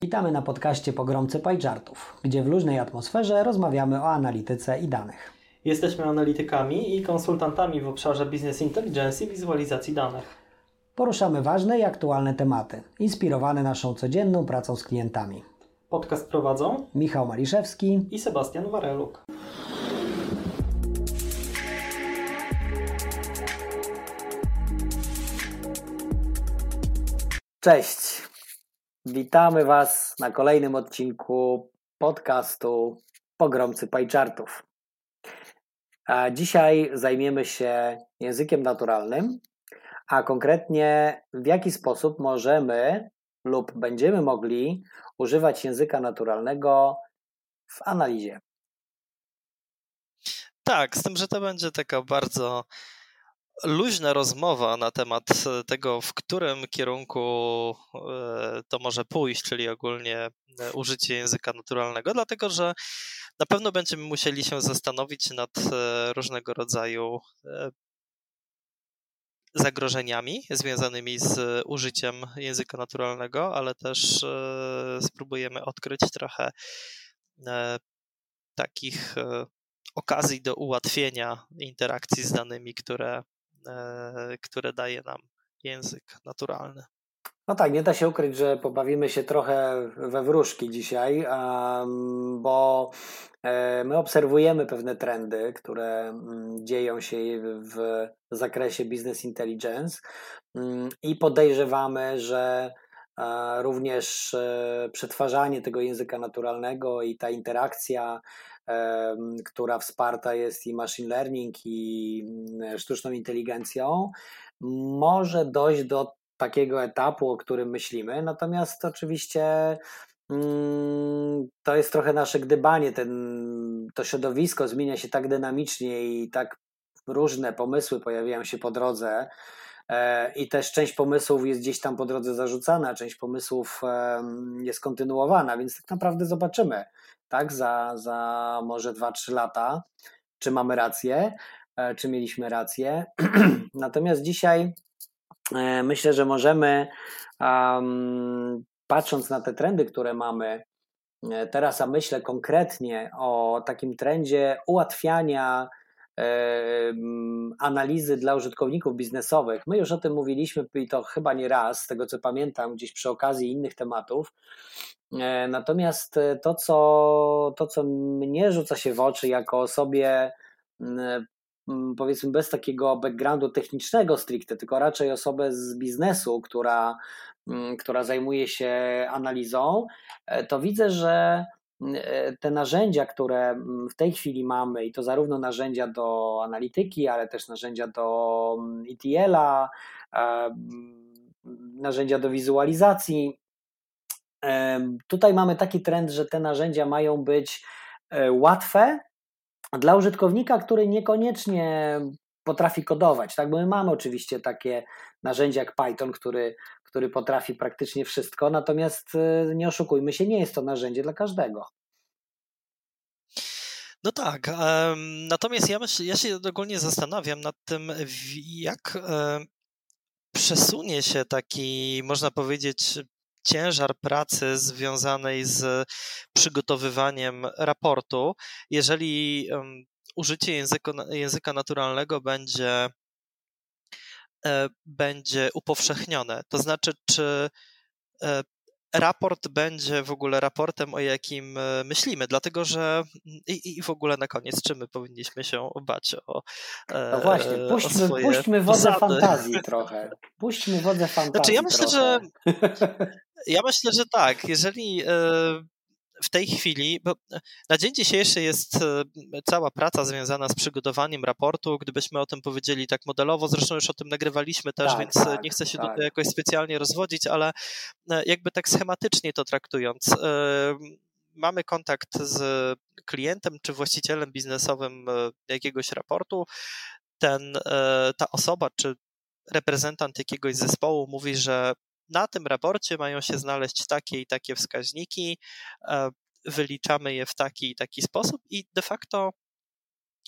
Witamy na podcaście Pogromcy PyChartów, gdzie w luźnej atmosferze rozmawiamy o analityce i danych. Jesteśmy analitykami i konsultantami w obszarze Business Intelligence i wizualizacji danych. Poruszamy ważne i aktualne tematy, inspirowane naszą codzienną pracą z klientami. Podcast prowadzą Michał Maliszewski i Sebastian Wareluk. Cześć! Witamy Was na kolejnym odcinku podcastu Pogromcy PyChartów. A dzisiaj zajmiemy się językiem naturalnym, a konkretnie w jaki sposób możemy lub będziemy mogli używać języka naturalnego w analizie. Tak, z tym, że to będzie taka bardzo luźna rozmowa na temat tego, w którym kierunku to może pójść, czyli ogólnie użycie języka naturalnego, dlatego że na pewno będziemy musieli się zastanowić nad różnego rodzaju zagrożeniami związanymi z użyciem języka naturalnego, ale też spróbujemy odkryć trochę takich okazji do ułatwienia interakcji z danymi, które daje nam język naturalny. No tak, nie da się ukryć, że pobawimy się trochę we wróżki dzisiaj, bo my obserwujemy pewne trendy, które dzieją się w zakresie Business Intelligence i podejrzewamy, że również przetwarzanie tego języka naturalnego i ta interakcja, która wsparta jest i machine learning, i sztuczną inteligencją, może dojść do takiego etapu, o którym myślimy, natomiast oczywiście to jest trochę nasze gdybanie, to środowisko zmienia się tak dynamicznie i tak różne pomysły pojawiają się po drodze i też część pomysłów jest gdzieś tam po drodze zarzucana, część pomysłów jest kontynuowana, więc tak naprawdę zobaczymy, tak, za może 2-3 lata, czy mamy rację, czy mieliśmy rację. Natomiast dzisiaj myślę, że możemy, patrząc na te trendy, które mamy teraz, a myślę konkretnie o takim trendzie ułatwiania analizy dla użytkowników biznesowych. My już o tym mówiliśmy i to chyba nie raz, z tego co pamiętam, gdzieś przy okazji innych tematów. Natomiast to, co mnie rzuca się w oczy jako osobie, powiedzmy bez takiego backgroundu technicznego stricte, tylko raczej osobę z biznesu, która zajmuje się analizą, to widzę, że te narzędzia, które w tej chwili mamy, i to zarówno narzędzia do analityki, ale też narzędzia do ETL-a, narzędzia do wizualizacji, tutaj mamy taki trend, że te narzędzia mają być łatwe dla użytkownika, który niekoniecznie potrafi kodować, tak? Bo my mamy oczywiście takie narzędzia jak Python, który potrafi praktycznie wszystko, natomiast nie oszukujmy się, nie jest to narzędzie dla każdego. No tak, natomiast ja się ogólnie zastanawiam nad tym, jak przesunie się taki, można powiedzieć, ciężar pracy związanej z przygotowywaniem raportu, jeżeli użycie języka naturalnego będzie upowszechnione. To znaczy, czy raport będzie w ogóle raportem, o jakim myślimy, dlatego że i w ogóle na koniec, czy my powinniśmy się bać No właśnie, puśćmy wodę fantazji trochę. Puśćmy wodę fantazji znaczy, trochę. Ja myślę, że tak, jeżeli w tej chwili, bo na dzień dzisiejszy jest cała praca związana z przygotowaniem raportu, gdybyśmy o tym powiedzieli tak modelowo, zresztą już o tym nagrywaliśmy też, więc nie chcę się tutaj jakoś specjalnie rozwodzić, ale jakby tak schematycznie to traktując, mamy kontakt z klientem czy właścicielem biznesowym jakiegoś raportu, ta osoba czy reprezentant jakiegoś zespołu mówi, że na tym raporcie mają się znaleźć takie i takie wskaźniki, wyliczamy je w taki i taki sposób i de facto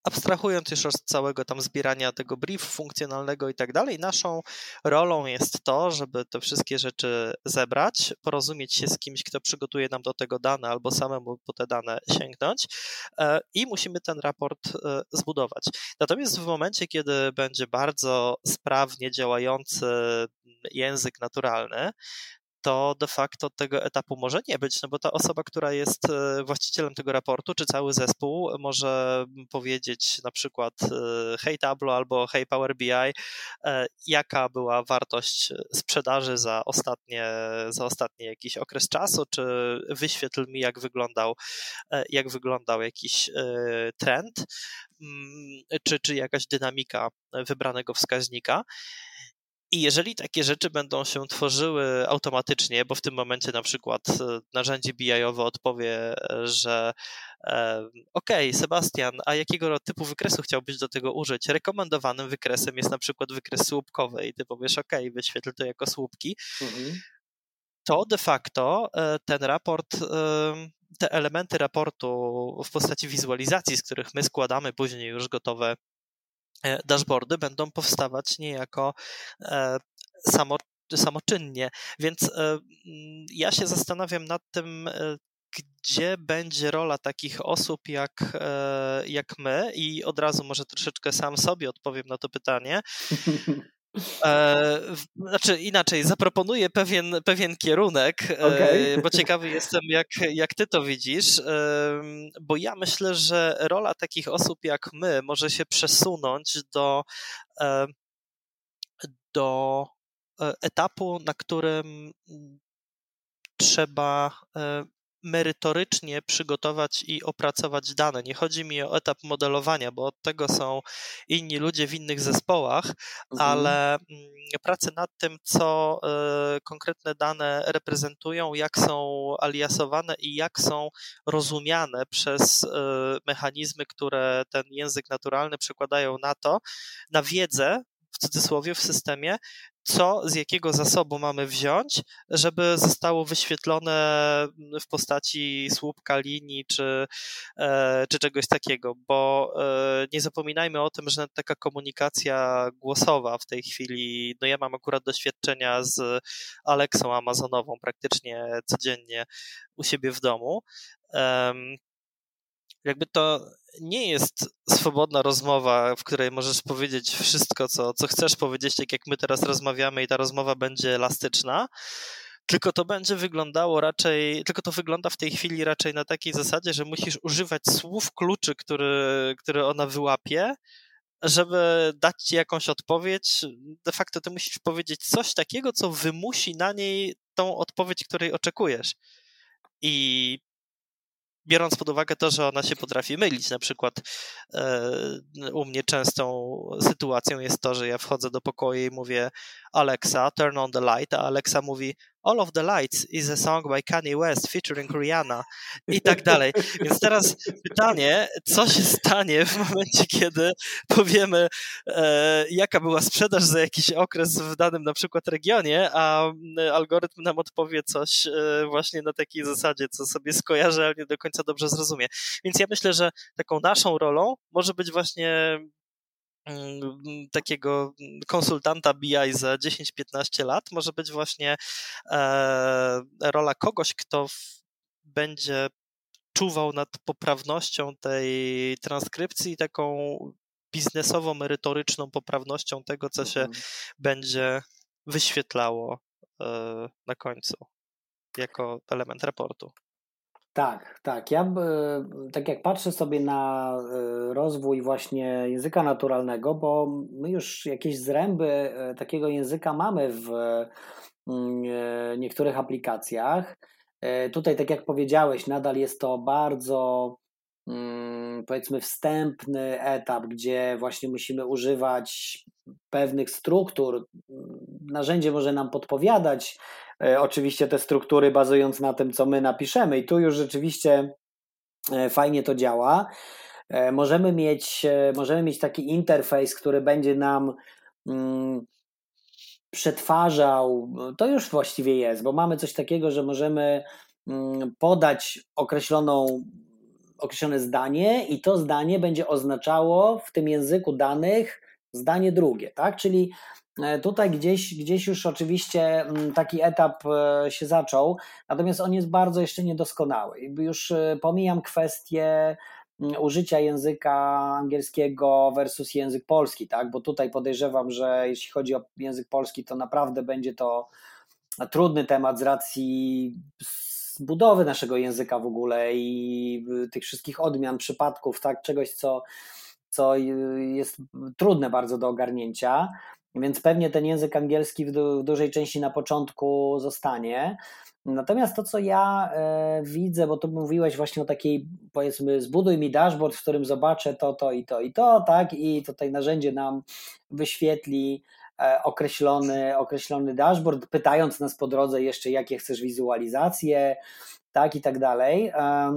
abstrahując już od całego tam zbierania tego briefu funkcjonalnego i tak dalej, naszą rolą jest to, żeby te wszystkie rzeczy zebrać, porozumieć się z kimś, kto przygotuje nam do tego dane, albo samemu po te dane sięgnąć i musimy ten raport zbudować. Natomiast w momencie, kiedy będzie bardzo sprawnie działający język naturalny, to de facto tego etapu może nie być, no bo ta osoba, która jest właścicielem tego raportu, czy cały zespół może powiedzieć na przykład hej Tableau albo hej Power BI, jaka była wartość sprzedaży za ostatni jakiś okres czasu, czy wyświetl mi, jak wyglądał jakiś trend, czy jakaś dynamika wybranego wskaźnika. I jeżeli takie rzeczy będą się tworzyły automatycznie, bo w tym momencie na przykład narzędzie BI-owe odpowie, że okej, Sebastian, a jakiego typu wykresu chciałbyś do tego użyć? Rekomendowanym wykresem jest na przykład wykres słupkowy i ty powiesz, okej, wyświetl to jako słupki. To de facto ten raport, te elementy raportu w postaci wizualizacji, z których my składamy później już gotowe dashboardy, będą powstawać niejako samoczynnie. Więc ja się zastanawiam nad tym, gdzie będzie rola takich osób jak my i od razu może troszeczkę sam sobie odpowiem na to pytanie. Znaczy inaczej, zaproponuję pewien kierunek, bo ciekawy jestem, jak ty to widzisz, bo ja myślę, że rola takich osób jak my może się przesunąć do etapu, na którym trzeba merytorycznie przygotować i opracować dane. Nie chodzi mi o etap modelowania, bo od tego są inni ludzie w innych zespołach, ale pracę nad tym, co konkretne dane reprezentują, jak są aliasowane i jak są rozumiane przez mechanizmy, które ten język naturalny przekładają na wiedzę, w cudzysłowie, w systemie, co z jakiego zasobu mamy wziąć, żeby zostało wyświetlone w postaci słupka, linii czy czegoś takiego, bo nie zapominajmy o tym, że taka komunikacja głosowa w tej chwili, no ja mam akurat doświadczenia z Alexą Amazonową praktycznie codziennie u siebie w domu. Jakby to nie jest swobodna rozmowa, w której możesz powiedzieć wszystko, co chcesz powiedzieć, tak jak my teraz rozmawiamy i ta rozmowa będzie elastyczna, tylko to będzie wyglądało tylko to wygląda w tej chwili raczej na takiej zasadzie, że musisz używać słów kluczy, które ona wyłapie, żeby dać ci jakąś odpowiedź. De facto ty musisz powiedzieć coś takiego, co wymusi na niej tą odpowiedź, której oczekujesz. I biorąc pod uwagę to, że ona się potrafi mylić, na przykład u mnie częstą sytuacją jest to, że ja wchodzę do pokoju i mówię Alexa, turn on the light, a Alexa mówi All of the Lights is a song by Kanye West featuring Rihanna i tak dalej. Więc teraz pytanie, co się stanie w momencie, kiedy powiemy, jaka była sprzedaż za jakiś okres w danym na przykład regionie, a algorytm nam odpowie coś właśnie na takiej zasadzie, co sobie skojarzy, ale nie do końca dobrze zrozumie. Więc ja myślę, że taką naszą rolą może być właśnie takiego konsultanta BI za 10-15 lat może być właśnie rola kogoś, kto będzie czuwał nad poprawnością tej transkrypcji i taką biznesowo-merytoryczną poprawnością tego, co się będzie wyświetlało na końcu jako element raportu. Tak. Ja tak jak patrzę sobie na rozwój właśnie języka naturalnego, bo my już jakieś zręby takiego języka mamy w niektórych aplikacjach. Tutaj, tak jak powiedziałeś, nadal jest to bardzo powiedzmy wstępny etap, gdzie właśnie musimy używać pewnych struktur. Narzędzie może nam podpowiadać oczywiście te struktury, bazując na tym, co my napiszemy, i tu już rzeczywiście fajnie to działa. Możemy mieć taki interfejs, który będzie nam przetwarzał, to już właściwie jest, bo mamy coś takiego, że możemy podać określoną określone zdanie i to zdanie będzie oznaczało w tym języku danych zdanie drugie, tak? Czyli tutaj gdzieś już oczywiście taki etap się zaczął, natomiast on jest bardzo jeszcze niedoskonały. Już pomijam kwestię użycia języka angielskiego versus język polski, tak? Bo tutaj podejrzewam, że jeśli chodzi o język polski, to naprawdę będzie to trudny temat z racji budowy naszego języka w ogóle i tych wszystkich odmian, przypadków, tak? Czegoś, co jest trudne bardzo do ogarnięcia, więc pewnie ten język angielski w dużej części na początku zostanie. Natomiast to, co ja widzę, bo tu mówiłeś właśnie o takiej, powiedzmy, zbuduj mi dashboard, w którym zobaczę to i to i to, tak, i tutaj narzędzie nam wyświetli określony dashboard, pytając nas po drodze jeszcze, jakie chcesz wizualizacje, tak, i tak dalej.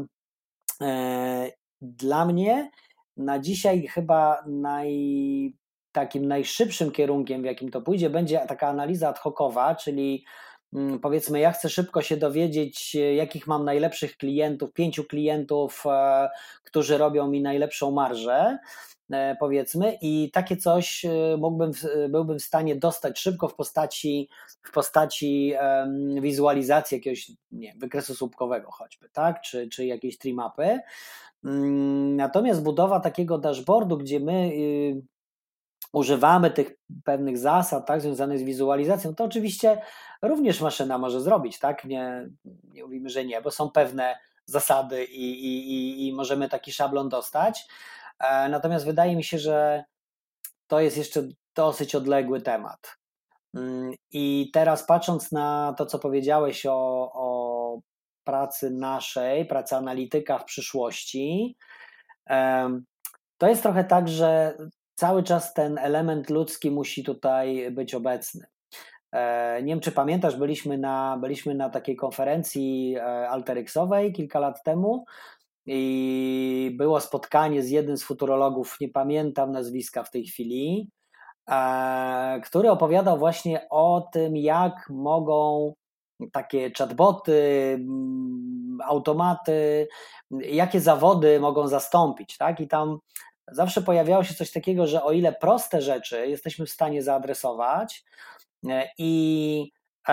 Dla mnie na dzisiaj chyba takim najszybszym kierunkiem, w jakim to pójdzie, będzie taka analiza ad hocowa, czyli powiedzmy, ja chcę szybko się dowiedzieć, jakich mam najlepszych klientów, 5 klientów, którzy robią mi najlepszą marżę, powiedzmy, i takie coś byłbym w stanie dostać szybko w postaci wizualizacji jakiegoś, nie wiem, wykresu słupkowego choćby, tak, czy jakiejś trimapy. Natomiast budowa takiego dashboardu, gdzie my używamy tych pewnych zasad, tak, związanych z wizualizacją, to oczywiście również maszyna może zrobić, tak? Nie mówimy, że nie, bo są pewne zasady i możemy taki szablon dostać. Natomiast wydaje mi się, że to jest jeszcze dosyć odległy temat. I teraz patrząc na to, co powiedziałeś o pracy naszej, pracy analityka w przyszłości, to jest trochę tak, że cały czas ten element ludzki musi tutaj być obecny. Nie wiem, czy pamiętasz, byliśmy na takiej konferencji Alteryxowej kilka lat temu i było spotkanie z jednym z futurologów, nie pamiętam nazwiska w tej chwili, który opowiadał właśnie o tym, jak mogą takie chatboty, automaty, jakie zawody mogą zastąpić, tak? I tam zawsze pojawiało się coś takiego, że o ile proste rzeczy jesteśmy w stanie zaadresować i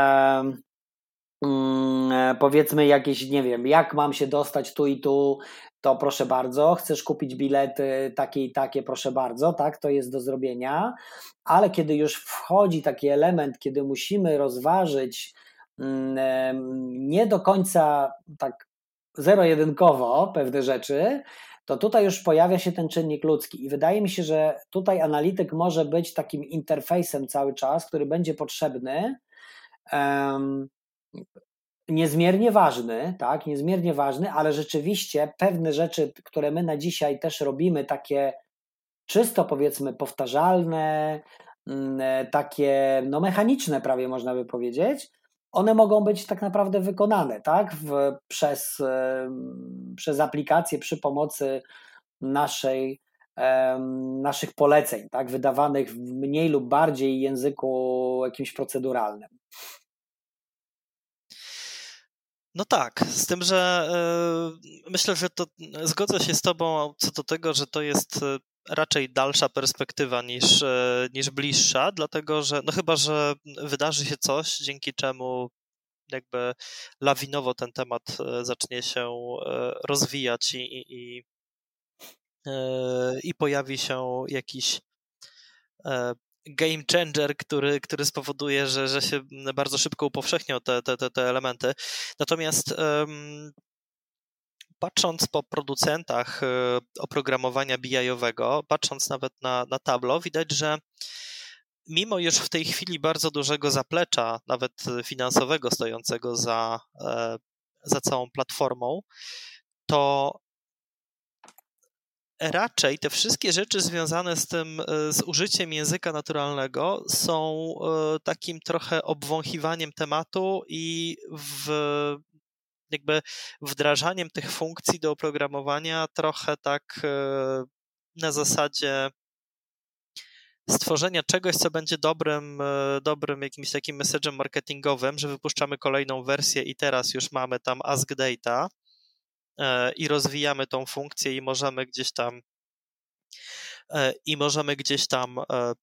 powiedzmy jakieś, nie wiem, jak mam się dostać tu i tu, to proszę bardzo, chcesz kupić bilety takie i takie, proszę bardzo, tak, to jest do zrobienia, ale kiedy już wchodzi taki element, kiedy musimy rozważyć nie do końca tak zero-jedynkowo pewne rzeczy, to tutaj już pojawia się ten czynnik ludzki i wydaje mi się, że tutaj analityk może być takim interfejsem cały czas, który będzie potrzebny, niezmiernie ważny, tak, niezmiernie ważny, ale rzeczywiście pewne rzeczy, które my na dzisiaj też robimy, takie czysto powiedzmy powtarzalne, takie no mechaniczne prawie można by powiedzieć, one mogą być tak naprawdę wykonane, tak, przez aplikację przy pomocy naszych poleceń, tak, wydawanych w mniej lub bardziej języku jakimś proceduralnym. No tak, z tym, że myślę, że to zgodzę się z tobą co do tego, że to jest raczej dalsza perspektywa niż bliższa, dlatego że no chyba, że wydarzy się coś, dzięki czemu jakby lawinowo ten temat zacznie się rozwijać i pojawi się jakiś game changer, który spowoduje, że się bardzo szybko upowszechnią te elementy. Natomiast patrząc po producentach oprogramowania BI-owego, patrząc nawet na Tableau, widać, że mimo już w tej chwili bardzo dużego zaplecza, nawet finansowego stojącego za całą platformą, to raczej te wszystkie rzeczy związane z użyciem języka naturalnego są takim trochę obwąchiwaniem tematu i jakby wdrażaniem tych funkcji do oprogramowania trochę tak na zasadzie stworzenia czegoś, co będzie dobrym jakimś takim message'em marketingowym, że wypuszczamy kolejną wersję i teraz już mamy tam Ask Data, i rozwijamy tą funkcję i możemy gdzieś tam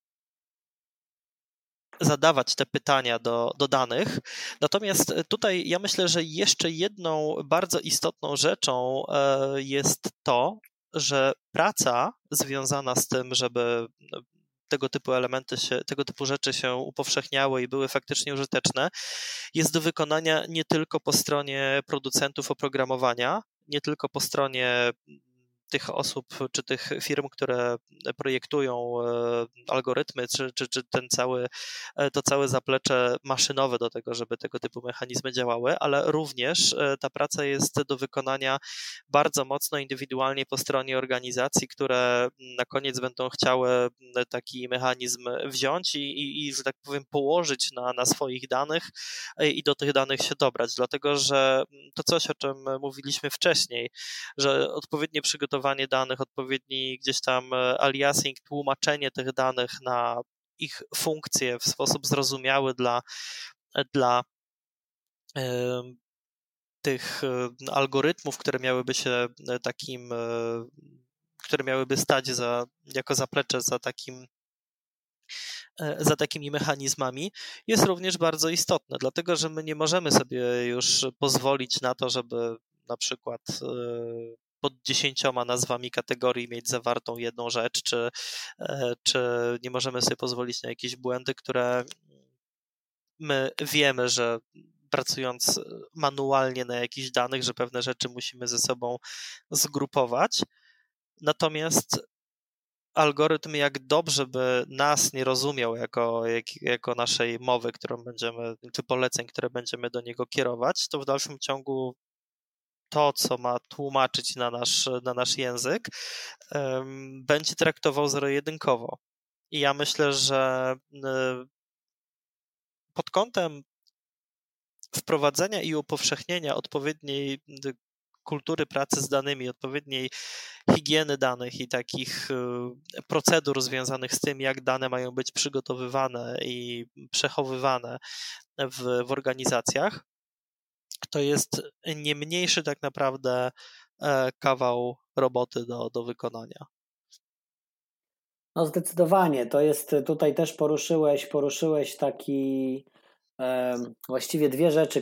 zadawać te pytania do danych. Natomiast tutaj ja myślę, że jeszcze jedną bardzo istotną rzeczą jest to, że praca związana z tym, żeby tego typu elementy tego typu rzeczy się upowszechniały i były faktycznie użyteczne, jest do wykonania nie tylko po stronie producentów oprogramowania, nie tylko po stronie tych osób czy tych firm, które projektują algorytmy, czy to całe zaplecze maszynowe do tego, żeby tego typu mechanizmy działały, ale również ta praca jest do wykonania bardzo mocno indywidualnie po stronie organizacji, które na koniec będą chciały taki mechanizm wziąć i że tak powiem, położyć na swoich danych i do tych danych się dobrać, dlatego że to coś, o czym mówiliśmy wcześniej, że odpowiednie przygotowanie danych, odpowiedni gdzieś tam aliasing, tłumaczenie tych danych na ich funkcje w sposób zrozumiały dla tych algorytmów, które miałyby się które miałyby stać jako zaplecze za takimi mechanizmami, jest również bardzo istotne, dlatego że my nie możemy sobie już pozwolić na to, żeby na przykład pod 10 nazwami kategorii mieć zawartą jedną rzecz, czy nie możemy sobie pozwolić na jakieś błędy, które my wiemy, że pracując manualnie na jakichś danych, że pewne rzeczy musimy ze sobą zgrupować. Natomiast algorytm, jak dobrze by nas nie rozumiał jako naszej mowy, czy poleceń, które będziemy do niego kierować, to w dalszym ciągu to, co ma tłumaczyć na nasz język, będzie traktował zero-jedynkowo. I ja myślę, że pod kątem wprowadzenia i upowszechnienia odpowiedniej kultury pracy z danymi, odpowiedniej higieny danych i takich procedur związanych z tym, jak dane mają być przygotowywane i przechowywane w organizacjach, to jest nie mniejszy tak naprawdę kawał roboty do wykonania. No zdecydowanie, to jest, tutaj też poruszyłeś taki, właściwie dwie rzeczy,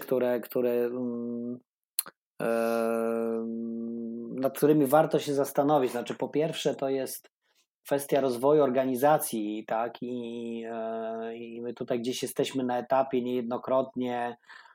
nad którymi warto się zastanowić. Znaczy, po pierwsze, to jest kwestia rozwoju organizacji, tak, i my tutaj gdzieś jesteśmy na etapie niejednokrotnie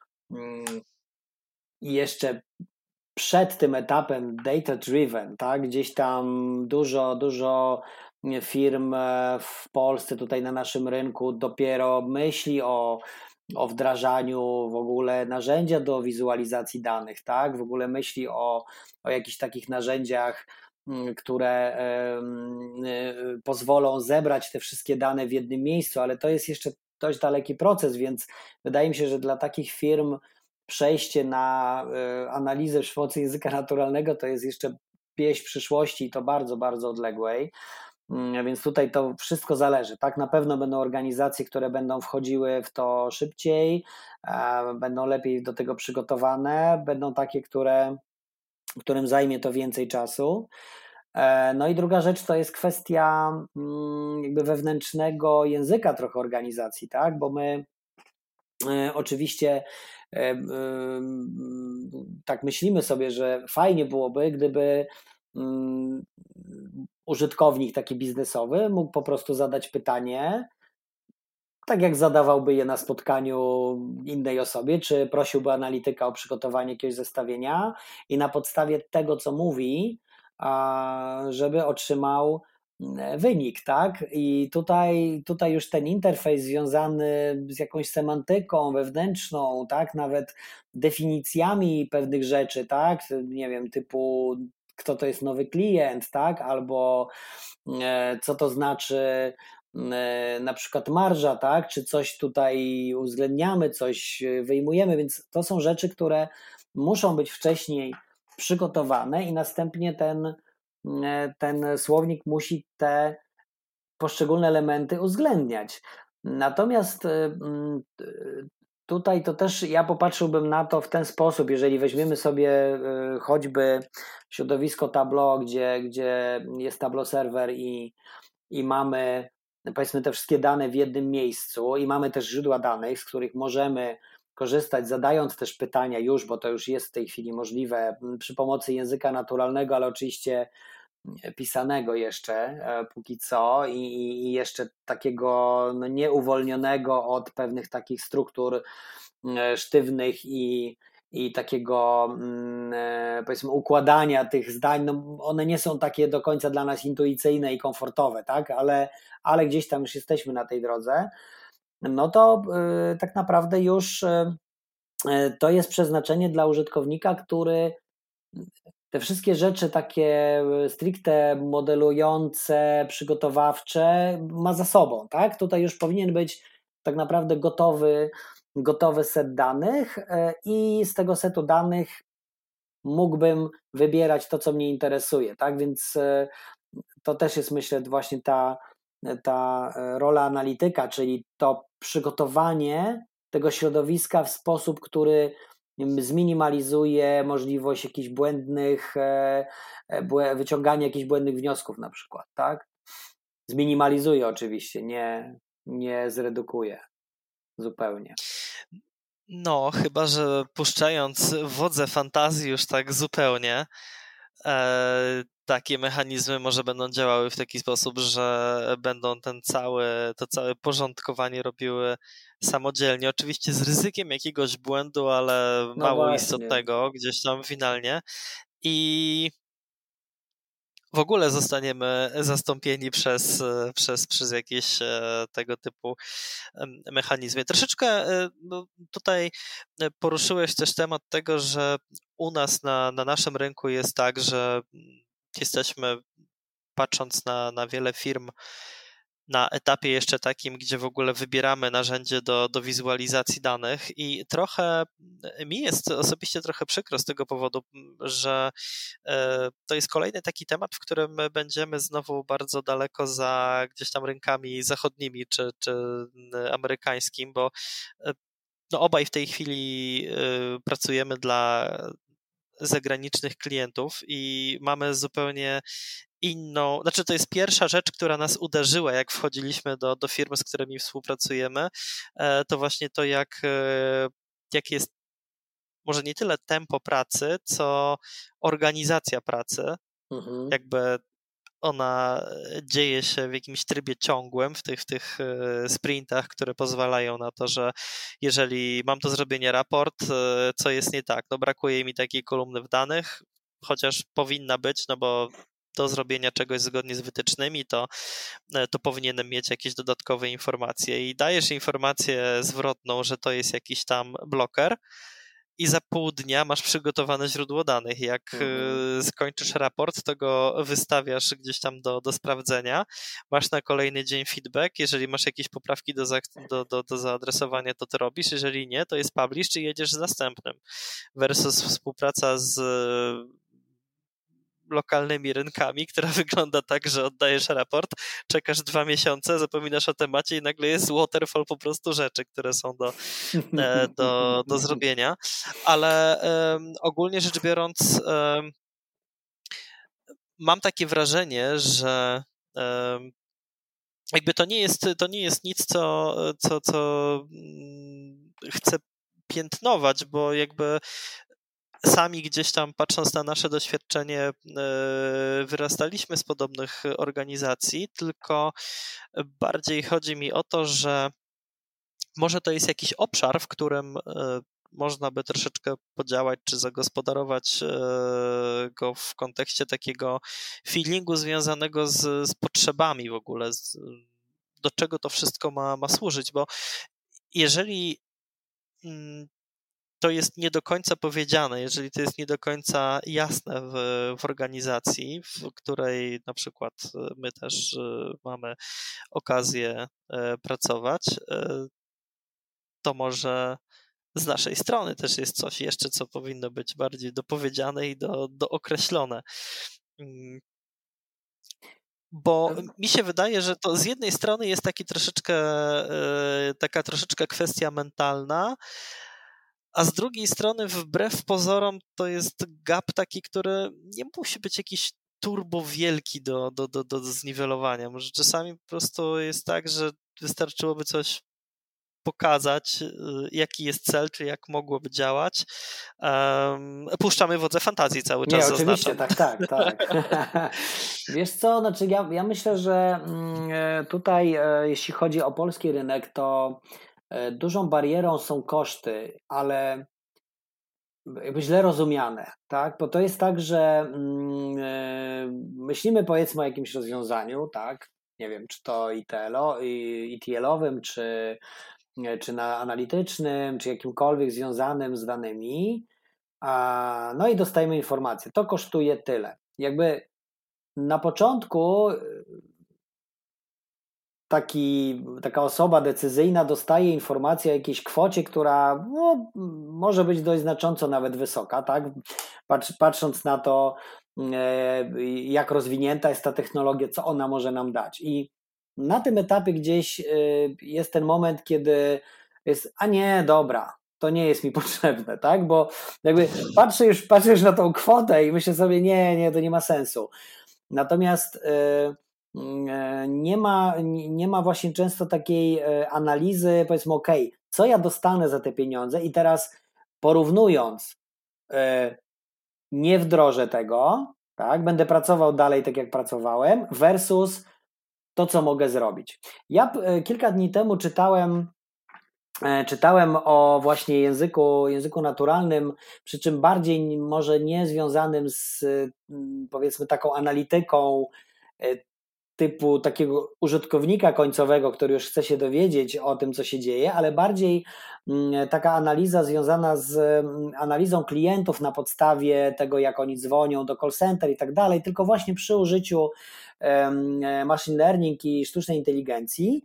i jeszcze przed tym etapem data-driven, tak, gdzieś tam dużo firm w Polsce, tutaj na naszym rynku dopiero myśli o wdrażaniu w ogóle narzędzia do wizualizacji danych, tak? W ogóle myśli o jakichś takich narzędziach, które pozwolą zebrać te wszystkie dane w jednym miejscu, ale to jest jeszcze dość daleki proces, więc wydaje mi się, że dla takich firm przejście na analizę przy pomocy języka naturalnego to jest jeszcze pieśń przyszłości i to bardzo, bardzo odległej. Więc tutaj to wszystko zależy. Tak, na pewno będą organizacje, które będą wchodziły w to szybciej, będą lepiej do tego przygotowane, będą takie, którym zajmie to więcej czasu. No i druga rzecz to jest kwestia jakby wewnętrznego języka trochę organizacji, tak, bo my oczywiście tak myślimy sobie, że fajnie byłoby, gdyby użytkownik taki biznesowy mógł po prostu zadać pytanie, tak jak zadawałby je na spotkaniu innej osobie, czy prosiłby analityka o przygotowanie jakiegoś zestawienia i na podstawie tego, co mówi, żeby otrzymał wynik, tak? I tutaj już ten interfejs związany z jakąś semantyką wewnętrzną, tak? Nawet definicjami pewnych rzeczy, tak? Nie wiem, typu kto to jest nowy klient, tak? Albo co to znaczy na przykład marża, tak? Czy coś tutaj uwzględniamy, coś wyjmujemy, więc to są rzeczy, które muszą być wcześniej przygotowane i następnie ten słownik musi te poszczególne elementy uwzględniać. Natomiast tutaj to też ja popatrzyłbym na to w ten sposób, jeżeli weźmiemy sobie choćby środowisko Tableau, gdzie jest Tableau serwer i mamy powiedzmy te wszystkie dane w jednym miejscu i mamy też źródła danych, z których możemy korzystać, zadając też pytania już, bo to już jest w tej chwili możliwe przy pomocy języka naturalnego, ale oczywiście pisanego jeszcze póki co i jeszcze takiego nieuwolnionego od pewnych takich struktur sztywnych i takiego powiedzmy układania tych zdań, no one nie są takie do końca dla nas intuicyjne i komfortowe, tak, ale gdzieś tam już jesteśmy na tej drodze, no to tak naprawdę już to jest przeznaczenie dla użytkownika, który te wszystkie rzeczy takie stricte modelujące, przygotowawcze ma za sobą, tak? Tutaj już powinien być tak naprawdę gotowy set danych i z tego setu danych mógłbym wybierać to, co mnie interesuje, tak? Więc to też jest, myślę, właśnie ta rola analityka, czyli to przygotowanie tego środowiska w sposób, który zminimalizuje możliwość jakichś wyciągania jakichś błędnych wniosków na przykład, tak? Zminimalizuje oczywiście, nie zredukuje zupełnie. No, chyba że puszczając wodze fantazji już tak zupełnie, takie mechanizmy może będą działały w taki sposób, że będą to całe porządkowanie robiły samodzielnie, oczywiście z ryzykiem jakiegoś błędu, ale mało właśnie. istotnego gdzieś tam finalnie i w ogóle zostaniemy zastąpieni przez jakieś tego typu mechanizmy. Troszeczkę tutaj poruszyłeś też temat tego, że u nas na naszym rynku jest tak, że jesteśmy, patrząc na wiele firm, na etapie jeszcze takim, gdzie w ogóle wybieramy narzędzie do wizualizacji danych i trochę mi jest osobiście trochę przykro z tego powodu, że to jest kolejny taki temat, w którym będziemy znowu bardzo daleko za gdzieś tam rynkami zachodnimi czy amerykańskim, bo no obaj w tej chwili pracujemy dla zagranicznych klientów i mamy zupełnie inną, znaczy to jest pierwsza rzecz, która nas uderzyła, jak wchodziliśmy do firm, z którymi współpracujemy, to właśnie to, jak jest może nie tyle tempo pracy, co organizacja pracy, jakby ona dzieje się w jakimś trybie ciągłym, w tych sprintach, które pozwalają na to, że jeżeli mam do zrobienia raport, co jest nie tak, no brakuje mi takiej kolumny w danych, chociaż powinna być, no bo do zrobienia czegoś zgodnie z wytycznymi, to powinienem mieć jakieś dodatkowe informacje i dajesz informację zwrotną, że to jest jakiś tam bloker, i za pół dnia masz przygotowane źródło danych. Jak skończysz raport, to go wystawiasz gdzieś tam do sprawdzenia, masz na kolejny dzień feedback, jeżeli masz jakieś poprawki do zaadresowania, to ty robisz, jeżeli nie, to jest publish, czy jedziesz z następnym. Versus współpraca z lokalnymi rynkami, która wygląda tak, że oddajesz raport, czekasz 2 miesiące, zapominasz o temacie i nagle jest waterfall po prostu rzeczy, które są do zrobienia. Ale ogólnie rzecz biorąc, mam takie wrażenie, że jakby to nie jest nic, co chcę piętnować, bo jakby sami gdzieś tam, patrząc na nasze doświadczenie, wyrastaliśmy z podobnych organizacji, tylko bardziej chodzi mi o to, że może to jest jakiś obszar, w którym można by troszeczkę podziałać, czy zagospodarować go w kontekście takiego feelingu związanego z potrzebami w ogóle, do czego to wszystko ma służyć, bo jeżeli to jest nie do końca powiedziane, jeżeli to jest nie do końca jasne w organizacji, w której na przykład my też mamy okazję pracować, to może z naszej strony też jest coś jeszcze, co powinno być bardziej dopowiedziane i dookreślone. Bo mi się wydaje, że to z jednej strony jest taka troszeczkę kwestia mentalna, a z drugiej strony wbrew pozorom to jest gap taki, który nie musi być jakiś turbo wielki do zniwelowania. Może czasami po prostu jest tak, że wystarczyłoby coś pokazać, jaki jest cel, czy jak mogłoby działać. Puszczamy wodze fantazji cały czas, Nie, oczywiście, zaznaczam. tak. Wiesz co, znaczy ja myślę, że tutaj jeśli chodzi o polski rynek, to dużą barierą są koszty, ale jakby źle rozumiane, tak? Bo to jest tak, że myślimy powiedzmy o jakimś rozwiązaniu, tak? Nie wiem, czy to ETL-owym, czy na analitycznym, czy jakimkolwiek związanym z danymi, no i dostajemy informację, to kosztuje tyle. Jakby na początku taka osoba decyzyjna dostaje informację o jakiejś kwocie, która może być dość znacząco nawet wysoka, tak? Patrząc na to, jak rozwinięta jest ta technologia, co ona może nam dać. I na tym etapie gdzieś jest ten moment, kiedy jest, dobra, to nie jest mi potrzebne, tak? Bo jakby patrzę już na tą kwotę i myślę sobie, nie, to nie ma sensu. Natomiast nie ma właśnie często takiej analizy, powiedzmy, co ja dostanę za te pieniądze i teraz porównując, nie wdrożę tego, tak, będę pracował dalej tak jak pracowałem versus to, co mogę zrobić. Ja kilka dni temu czytałem o właśnie języku naturalnym, przy czym bardziej może nie związanym z powiedzmy taką analityką typu takiego użytkownika końcowego, który już chce się dowiedzieć o tym, co się dzieje, ale bardziej taka analiza związana z analizą klientów na podstawie tego, jak oni dzwonią do call center i tak dalej, tylko właśnie przy użyciu machine learning i sztucznej inteligencji.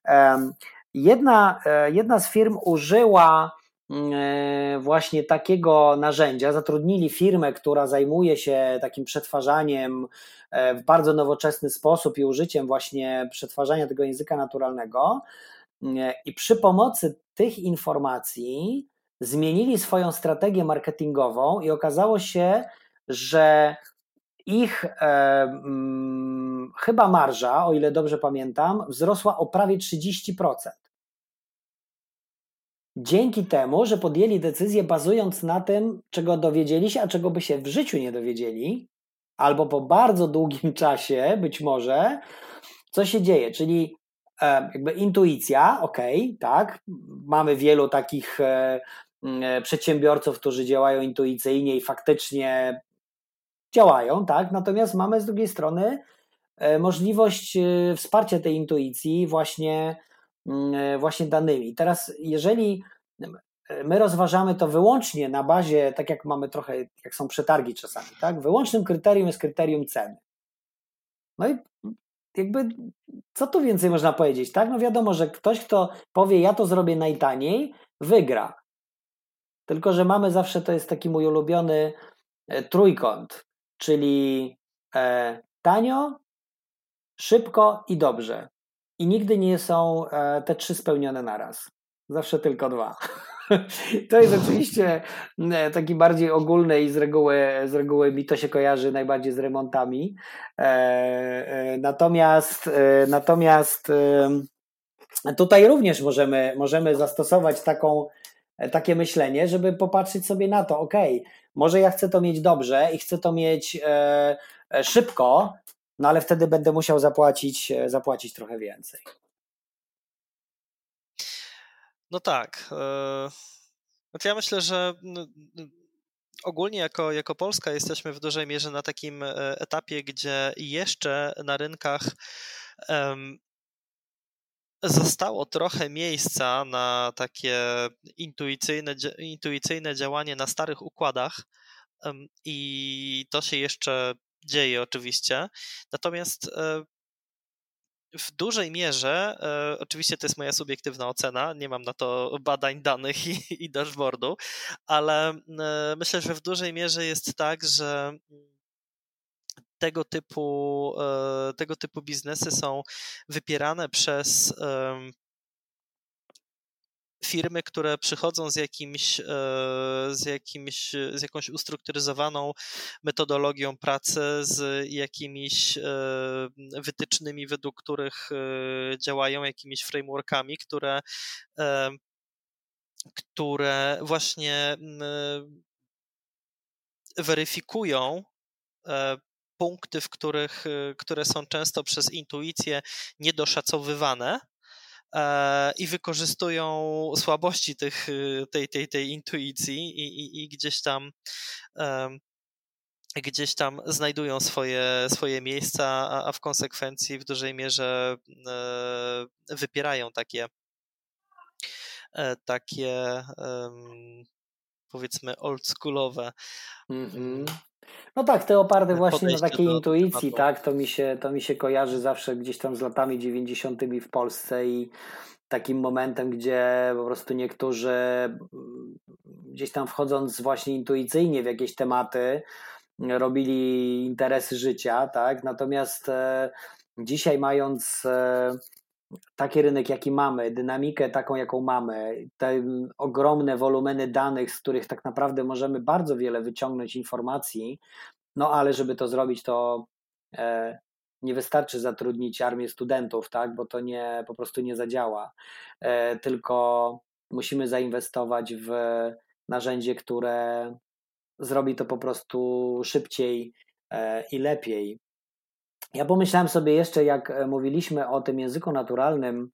Jedna z firm użyła właśnie takiego narzędzia, zatrudnili firmę, która zajmuje się takim przetwarzaniem w bardzo nowoczesny sposób i użyciem właśnie przetwarzania tego języka naturalnego i przy pomocy tych informacji zmienili swoją strategię marketingową i okazało się, że ich chyba marża, o ile dobrze pamiętam, wzrosła o prawie 30%. Dzięki temu, że podjęli decyzję bazując na tym, czego dowiedzieli się, a czego by się w życiu nie dowiedzieli, albo po bardzo długim czasie być może, co się dzieje, czyli jakby intuicja, tak, mamy wielu takich przedsiębiorców, którzy działają intuicyjnie i faktycznie działają, tak, natomiast mamy z drugiej strony możliwość wsparcia tej intuicji właśnie danymi. Teraz jeżeli my rozważamy to wyłącznie na bazie, tak jak mamy trochę, jak są przetargi czasami, tak? Wyłącznym kryterium jest kryterium ceny. No i jakby co tu więcej można powiedzieć, tak? No wiadomo, że ktoś, kto powie, ja to zrobię najtaniej, wygra. Tylko że mamy zawsze, to jest taki mój ulubiony trójkąt, czyli tanio, szybko i dobrze. I nigdy nie są te trzy spełnione naraz. Zawsze tylko dwa. To jest oczywiście taki bardziej ogólny i z reguły mi to się kojarzy najbardziej z remontami. Natomiast tutaj również możemy zastosować takie myślenie, żeby popatrzeć sobie na to, może ja chcę to mieć dobrze i chcę to mieć szybko, no ale wtedy będę musiał zapłacić trochę więcej. No tak. Znaczy ja myślę, że ogólnie jako Polska jesteśmy w dużej mierze na takim etapie, gdzie jeszcze na rynkach zostało trochę miejsca na takie intuicyjne działanie na starych układach i to się jeszcze dzieje oczywiście. Natomiast w dużej mierze, oczywiście to jest moja subiektywna ocena, nie mam na to badań, danych i dashboardu, ale myślę, że w dużej mierze jest tak, że tego typu biznesy są wypierane przez firmy, które przychodzą z jakąś ustrukturyzowaną metodologią pracy, z jakimiś wytycznymi, według których działają, jakimiś frameworkami, które właśnie weryfikują punkty, które są często przez intuicję niedoszacowywane i wykorzystują słabości tej intuicji i gdzieś tam znajdują swoje miejsca, a w konsekwencji w dużej mierze wypierają takie powiedzmy oldschoolowe No tak, te oparte właśnie na podejście takiej do intuicji, tematu. tak, to mi się kojarzy zawsze gdzieś tam z latami 90. w Polsce i takim momentem, gdzie po prostu niektórzy gdzieś tam wchodząc właśnie intuicyjnie w jakieś tematy, robili interesy życia, tak, natomiast dzisiaj mając taki rynek, jaki mamy, dynamikę taką, jaką mamy, te ogromne wolumeny danych, z których tak naprawdę możemy bardzo wiele wyciągnąć informacji, no ale żeby to zrobić, to nie wystarczy zatrudnić armię studentów, tak, bo to po prostu nie zadziała, tylko musimy zainwestować w narzędzie, które zrobi to po prostu szybciej i lepiej. Ja pomyślałem sobie jeszcze, jak mówiliśmy o tym języku naturalnym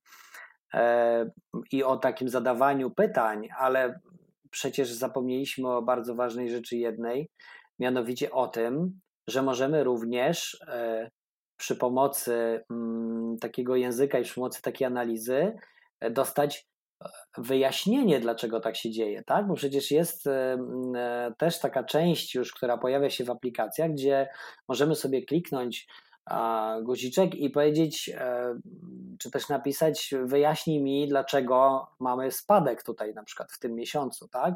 i o takim zadawaniu pytań, ale przecież zapomnieliśmy o bardzo ważnej rzeczy jednej, mianowicie o tym, że możemy również przy pomocy takiego języka i przy pomocy takiej analizy dostać wyjaśnienie, dlaczego tak się dzieje, tak? Bo przecież jest też taka część już, która pojawia się w aplikacjach, gdzie możemy sobie kliknąć guziczek i powiedzieć, czy też napisać, wyjaśnij mi, dlaczego mamy spadek tutaj na przykład w tym miesiącu, tak?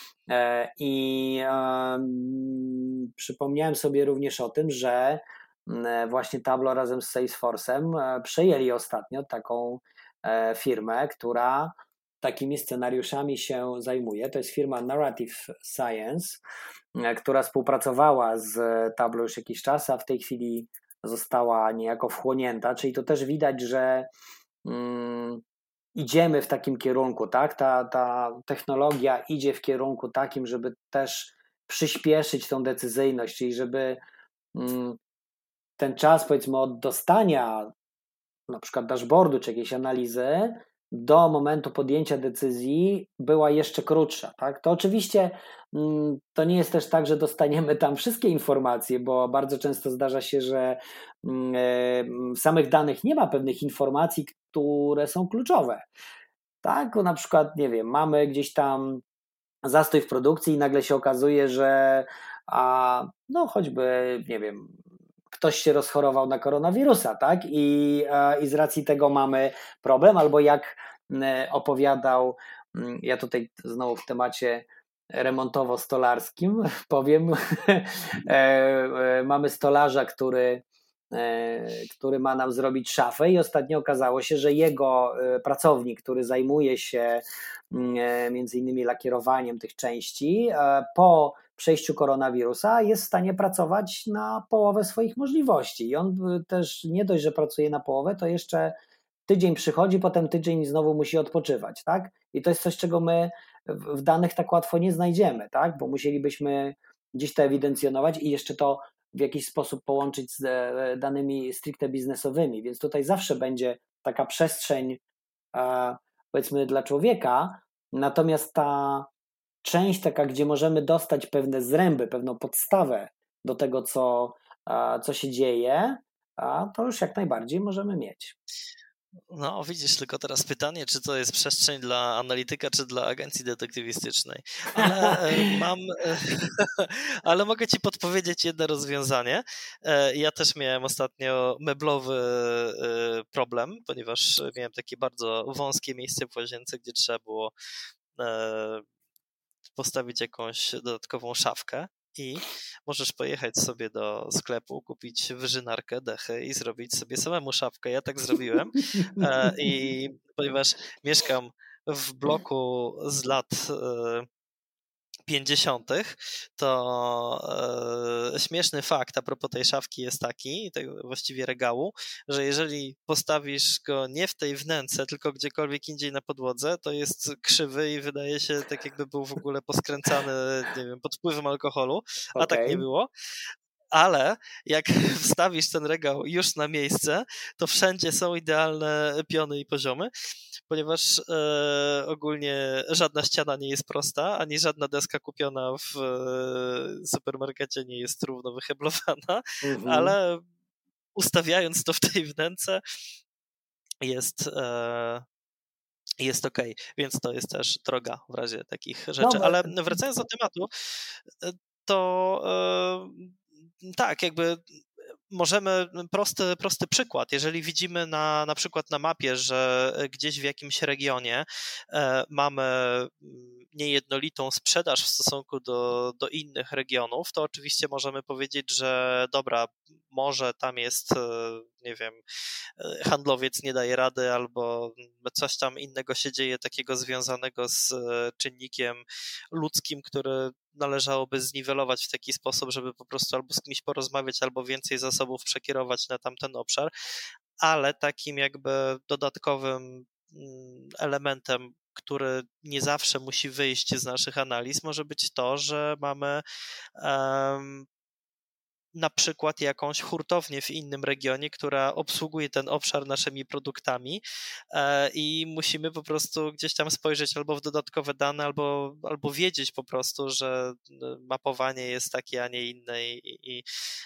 I przypomniałem sobie również o tym, że właśnie Tableau razem z Salesforce'em przejęli ostatnio taką firmę, która takimi scenariuszami się zajmuje. To jest firma Narrative Science, która współpracowała z Tableau już jakiś czas, a w tej chwili została niejako wchłonięta, czyli to też widać, że idziemy w takim kierunku, tak? Ta technologia idzie w kierunku takim, żeby też przyspieszyć tą decyzyjność, czyli żeby ten czas, powiedzmy, od dostania na przykład dashboardu czy jakiejś analizy do momentu podjęcia decyzji była jeszcze krótsza, tak? To oczywiście to nie jest też tak, że dostaniemy tam wszystkie informacje, bo bardzo często zdarza się, że w samych danych nie ma pewnych informacji, które są kluczowe. Tak, na przykład, nie wiem, mamy gdzieś tam zastój w produkcji i nagle się okazuje, że no choćby, nie wiem, ktoś się rozchorował na koronawirusa, tak? I z racji tego mamy problem, albo jak opowiadał, ja tutaj znowu w temacie remontowo-stolarskim powiem, mamy stolarza, który ma nam zrobić szafę i ostatnio okazało się, że jego pracownik, który zajmuje się między innymi lakierowaniem tych części, po przejściu koronawirusa jest w stanie pracować na połowę swoich możliwości i on też nie dość, że pracuje na połowę, to jeszcze tydzień przychodzi, potem tydzień znowu musi odpoczywać, tak? I to jest coś, czego my w danych tak łatwo nie znajdziemy, tak? Bo musielibyśmy gdzieś to ewidencjonować i jeszcze to w jakiś sposób połączyć z danymi stricte biznesowymi, więc tutaj zawsze będzie taka przestrzeń, powiedzmy, dla człowieka, natomiast ta część taka, gdzie możemy dostać pewne zręby, pewną podstawę do tego, co się dzieje, to już jak najbardziej możemy mieć. No, widzisz, tylko teraz pytanie, czy to jest przestrzeń dla analityka, czy dla agencji detektywistycznej. Ale mogę ci podpowiedzieć jedno rozwiązanie. Ja też miałem ostatnio meblowy problem, ponieważ miałem takie bardzo wąskie miejsce w łazience, gdzie trzeba było postawić jakąś dodatkową szafkę. I możesz pojechać sobie do sklepu, kupić wyżynarkę, dechy i zrobić sobie samemu szafkę. Ja tak zrobiłem i ponieważ mieszkam w bloku z lat 50., to śmieszny fakt a propos tej szafki jest taki, tego właściwie regału, że jeżeli postawisz go nie w tej wnęce, tylko gdziekolwiek indziej na podłodze, to jest krzywy i wydaje się tak jakby był w ogóle poskręcany, nie wiem, pod wpływem alkoholu, a tak nie było. Ale jak wstawisz ten regał już na miejsce, to wszędzie są idealne piony i poziomy, ponieważ ogólnie żadna ściana nie jest prosta, ani żadna deska kupiona w supermarkecie nie jest równo wyheblowana, ale ustawiając to w tej wnęce jest okej, więc to jest też droga w razie takich rzeczy. Ale wracając do tematu, to tak, jakby możemy prosty przykład. Jeżeli widzimy na przykład na mapie, że gdzieś w jakimś regionie mamy niejednolitą sprzedaż w stosunku do innych regionów, to oczywiście możemy powiedzieć, że dobra, może tam jest, nie wiem, handlowiec nie daje rady albo coś tam innego się dzieje takiego związanego z czynnikiem ludzkim, który należałoby zniwelować w taki sposób, żeby po prostu albo z kimś porozmawiać, albo więcej zasobów przekierować na tamten obszar, ale takim jakby dodatkowym elementem, który nie zawsze musi wyjść z naszych analiz, może być to, że mamy na przykład jakąś hurtownię w innym regionie, która obsługuje ten obszar naszymi produktami i musimy po prostu gdzieś tam spojrzeć albo w dodatkowe dane, albo wiedzieć po prostu, że mapowanie jest takie, a nie inne i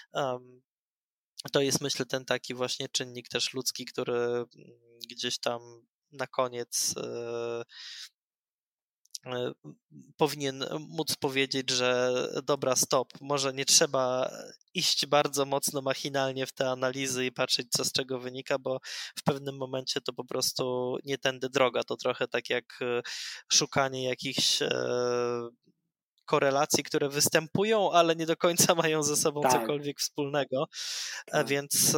to jest, myślę, ten taki właśnie czynnik też ludzki, który gdzieś tam na koniec powinien móc powiedzieć, że dobra, stop, może nie trzeba iść bardzo mocno machinalnie w te analizy i patrzeć, co z czego wynika, bo w pewnym momencie to po prostu nie tędy droga. To trochę tak jak szukanie jakichś korelacji, które występują, ale nie do końca mają ze sobą cokolwiek wspólnego, więc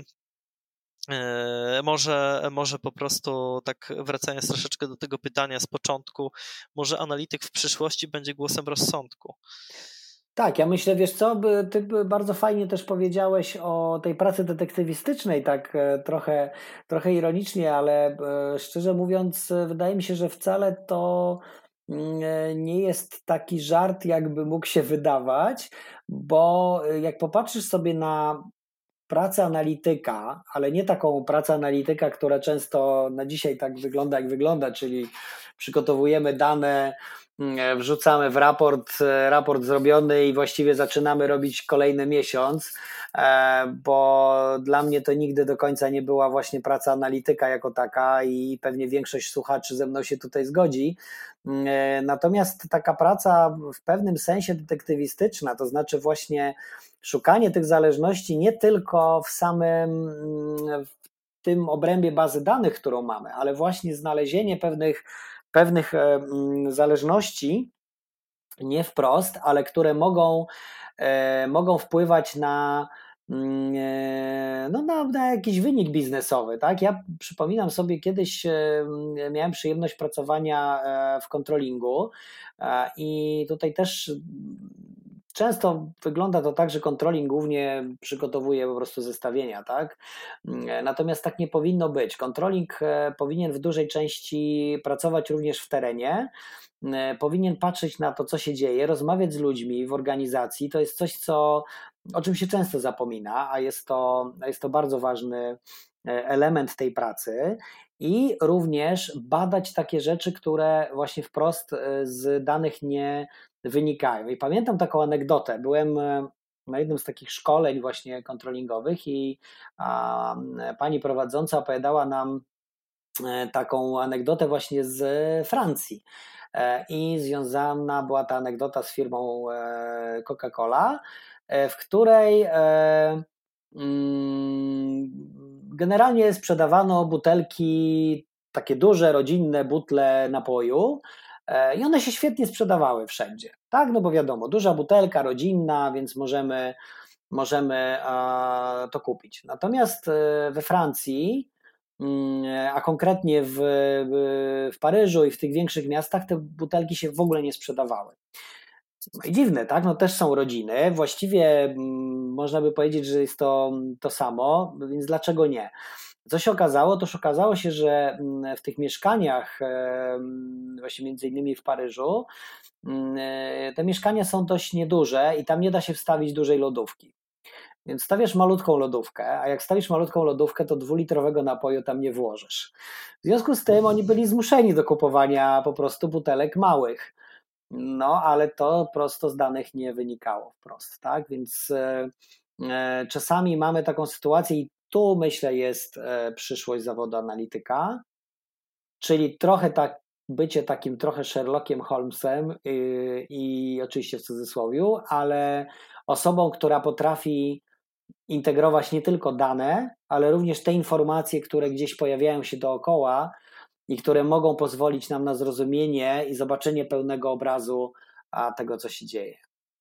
może po prostu tak wracając troszeczkę do tego pytania z początku, może analityk w przyszłości będzie głosem rozsądku. Tak, ja myślę, wiesz co, ty bardzo fajnie też powiedziałeś o tej pracy detektywistycznej, tak trochę ironicznie, ale szczerze mówiąc wydaje mi się, że wcale to nie jest taki żart, jakby mógł się wydawać, bo jak popatrzysz sobie na pracę analityka, ale nie taką pracę analityka, która często na dzisiaj tak wygląda, jak wygląda, czyli przygotowujemy dane, wrzucamy w raport zrobiony i właściwie zaczynamy robić kolejny miesiąc, bo dla mnie to nigdy do końca nie była właśnie praca analityka jako taka i pewnie większość słuchaczy ze mną się tutaj zgodzi. Natomiast taka praca w pewnym sensie detektywistyczna, to znaczy właśnie szukanie tych zależności nie tylko w tym obrębie bazy danych, którą mamy, ale właśnie znalezienie pewnych zależności, nie wprost, ale które mogą wpływać na jakiś wynik biznesowy, tak? Ja przypominam sobie, kiedyś miałem przyjemność pracowania w controllingu i tutaj też często wygląda to tak, że controlling głównie przygotowuje po prostu zestawienia, tak? Natomiast tak nie powinno być. Controlling powinien w dużej części pracować również w terenie, powinien patrzeć na to, co się dzieje, rozmawiać z ludźmi w organizacji. To jest coś, o czym się często zapomina, a jest to bardzo ważny element tej pracy. I również badać takie rzeczy, które właśnie wprost z danych nie wynikają. I pamiętam taką anegdotę. Byłem na jednym z takich szkoleń właśnie controllingowych i pani prowadząca opowiadała nam taką anegdotę właśnie z Francji. I związana była ta anegdota z firmą Coca-Cola, w której generalnie sprzedawano butelki, takie duże, rodzinne butle napoju I one się świetnie sprzedawały wszędzie, tak? No bo wiadomo, duża butelka, rodzinna, więc możemy to kupić. Natomiast we Francji, a konkretnie w Paryżu i w tych większych miastach, te butelki się w ogóle nie sprzedawały. No i dziwne, tak? No też są rodziny. Właściwie można by powiedzieć, że jest to samo, więc dlaczego nie? Co się okazało? Toż okazało się, że w tych mieszkaniach, właśnie między innymi w Paryżu, te mieszkania są dość nieduże i tam nie da się wstawić dużej lodówki. Więc stawiasz malutką lodówkę, a jak stawisz malutką lodówkę, to 2-litrowego napoju tam nie włożysz. W związku z tym oni byli zmuszeni do kupowania po prostu butelek małych. No, ale to prosto z danych nie wynikało wprost, tak? Więc czasami mamy taką sytuację i tu myślę jest przyszłość zawodu analityka, czyli trochę tak bycie takim trochę Sherlockiem Holmesem i oczywiście w cudzysłowiu, ale osobą, która potrafi integrować nie tylko dane, ale również te informacje, które gdzieś pojawiają się dookoła i które mogą pozwolić nam na zrozumienie i zobaczenie pełnego obrazu tego, co się dzieje.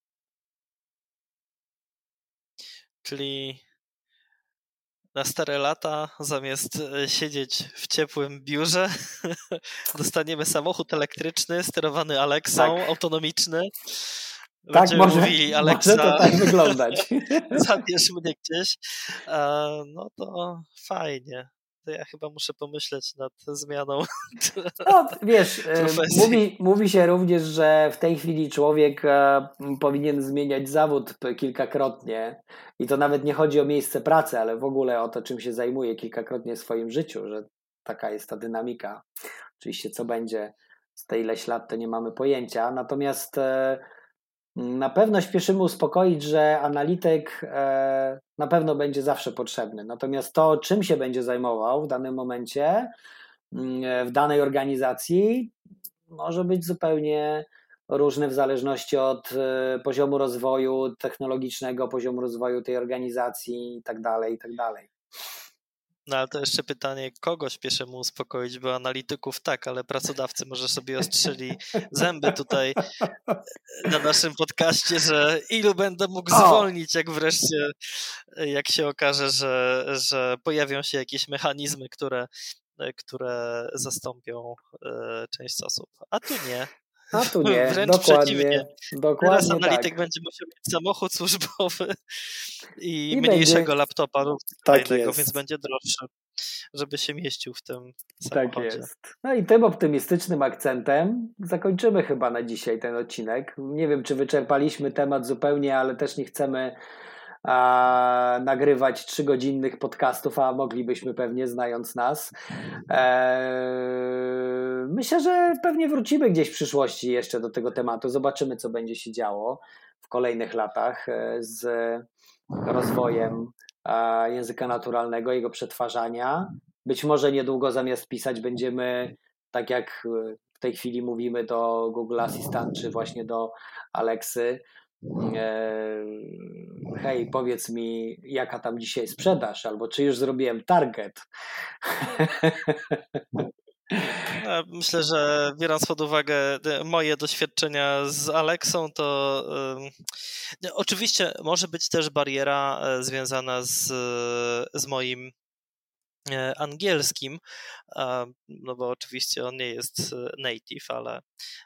Czyli na stare lata zamiast siedzieć w ciepłym biurze dostaniemy samochód elektryczny sterowany Alexą, tak, autonomiczny. Będziemy mówili, Alexa, może to tak wyglądać. Zabierz mnie gdzieś. No to fajnie. To ja chyba muszę pomyśleć nad zmianą. No, wiesz, mówi się również, że w tej chwili człowiek powinien zmieniać zawód kilkakrotnie i to nawet nie chodzi o miejsce pracy, ale w ogóle o to, czym się zajmuje kilkakrotnie w swoim życiu, że taka jest ta dynamika. Oczywiście co będzie z tej ileś lat, to nie mamy pojęcia, natomiast na pewno śpieszymy uspokoić, że analityk na pewno będzie zawsze potrzebny, natomiast to, czym się będzie zajmował w danym momencie, w danej organizacji, może być zupełnie różny w zależności od poziomu rozwoju technologicznego, poziomu rozwoju tej organizacji i tak dalej. No ale to jeszcze pytanie, kogo śpieszę mu uspokoić, bo analityków tak, ale pracodawcy może sobie ostrzyli zęby tutaj na naszym podcaście, że ilu będę mógł zwolnić, jak wreszcie, jak się okaże, że pojawią się jakieś mechanizmy, które zastąpią część osób. A tu nie. Wręcz przeciwnie. Teraz analityk tak będzie musiał mieć samochód służbowy i mniejszego laptopa, tak więc będzie droższy, żeby się mieścił w tym samochodzie. Tak jest. No i tym optymistycznym akcentem zakończymy chyba na dzisiaj ten odcinek. Nie wiem, czy wyczerpaliśmy temat zupełnie, ale też nie chcemy nagrywać 3-godzinnych podcastów, a moglibyśmy pewnie, znając nas. Myślę, że pewnie wrócimy gdzieś w przyszłości jeszcze do tego tematu. Zobaczymy, co będzie się działo w kolejnych latach z rozwojem języka naturalnego, jego przetwarzania. Być może niedługo zamiast pisać będziemy, tak jak w tej chwili mówimy do Google Assistant, czy właśnie do Alexy, hej, powiedz mi, jaka tam dzisiaj sprzedaż, albo czy już zrobiłem target. Myślę, że biorąc pod uwagę moje doświadczenia z Alexą, to oczywiście może być też bariera związana z moim angielskim, no bo oczywiście on nie jest native, ale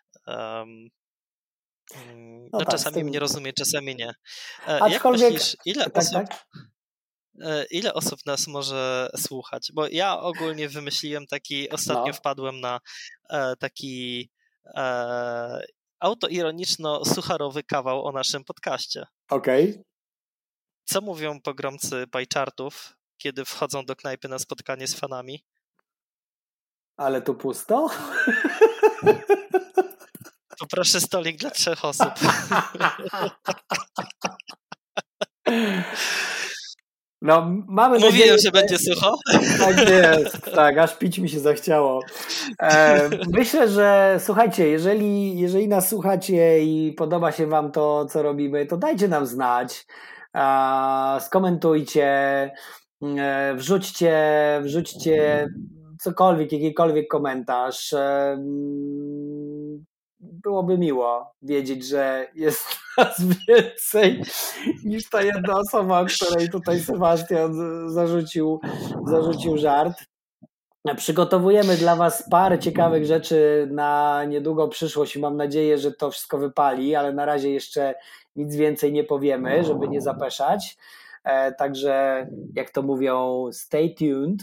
no tak, czasami mnie rozumie, czasami nie. Jak myślisz, ile osób nas może słuchać? Bo ja ogólnie wymyśliłem ostatnio wpadłem na taki autoironiczno-sucharowy kawał o naszym podcaście. Okej. Co mówią pogromcy pajczartów, kiedy wchodzą do knajpy na spotkanie z fanami? Ale tu pusto? Poproszę stolik dla 3 osób. No, mamy Mówiłem, nadzieję, że będzie sucho. Tak jest, tak, aż pić mi się zachciało. Myślę, że słuchajcie, jeżeli nas słuchacie i podoba się wam to, co robimy, to dajcie nam znać, skomentujcie, wrzućcie cokolwiek, jakikolwiek komentarz. byłoby miło wiedzieć, że jest nas więcej niż ta jedna osoba, o której tutaj Sebastian zarzucił żart. Przygotowujemy dla Was parę ciekawych rzeczy na niedługą przyszłość i mam nadzieję, że to wszystko wypali, ale na razie jeszcze nic więcej nie powiemy, żeby nie zapeszać. Także jak to mówią, stay tuned.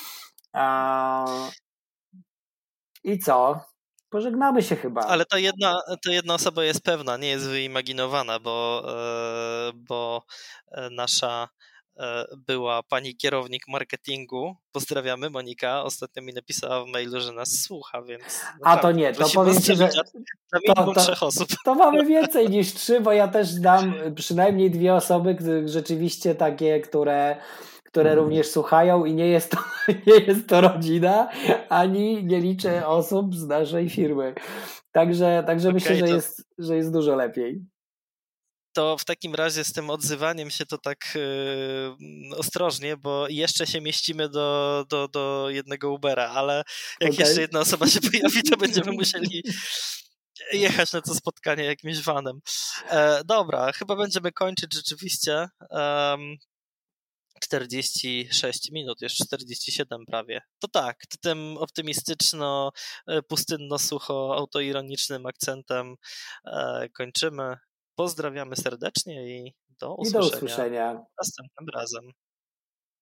I co? Pożegnamy się chyba. Ale to jedna osoba jest pewna, nie jest wyimaginowana, bo nasza była pani kierownik marketingu. Pozdrawiamy, Monika. Ostatnio mi napisała w mailu, że nas słucha, więc... A to nie, to powiem Ci, że... Dla minimum 3 osób. To mamy więcej niż 3, bo ja też znam przynajmniej 2 osoby, rzeczywiście takie, które również słuchają i nie jest to rodzina, ani nie liczę osób z naszej firmy. Także myślę, że jest dużo lepiej. To w takim razie z tym odzywaniem się to tak ostrożnie, bo jeszcze się mieścimy do jednego Ubera, ale jak jeszcze jedna osoba się pojawi, to będziemy musieli jechać na to spotkanie jakimś vanem. Dobra, chyba będziemy kończyć rzeczywiście. 46 minut, już 47 prawie. To tak, to tym optymistyczno, pustynno, sucho, autoironicznym akcentem kończymy. Pozdrawiamy serdecznie i do usłyszenia następnym razem.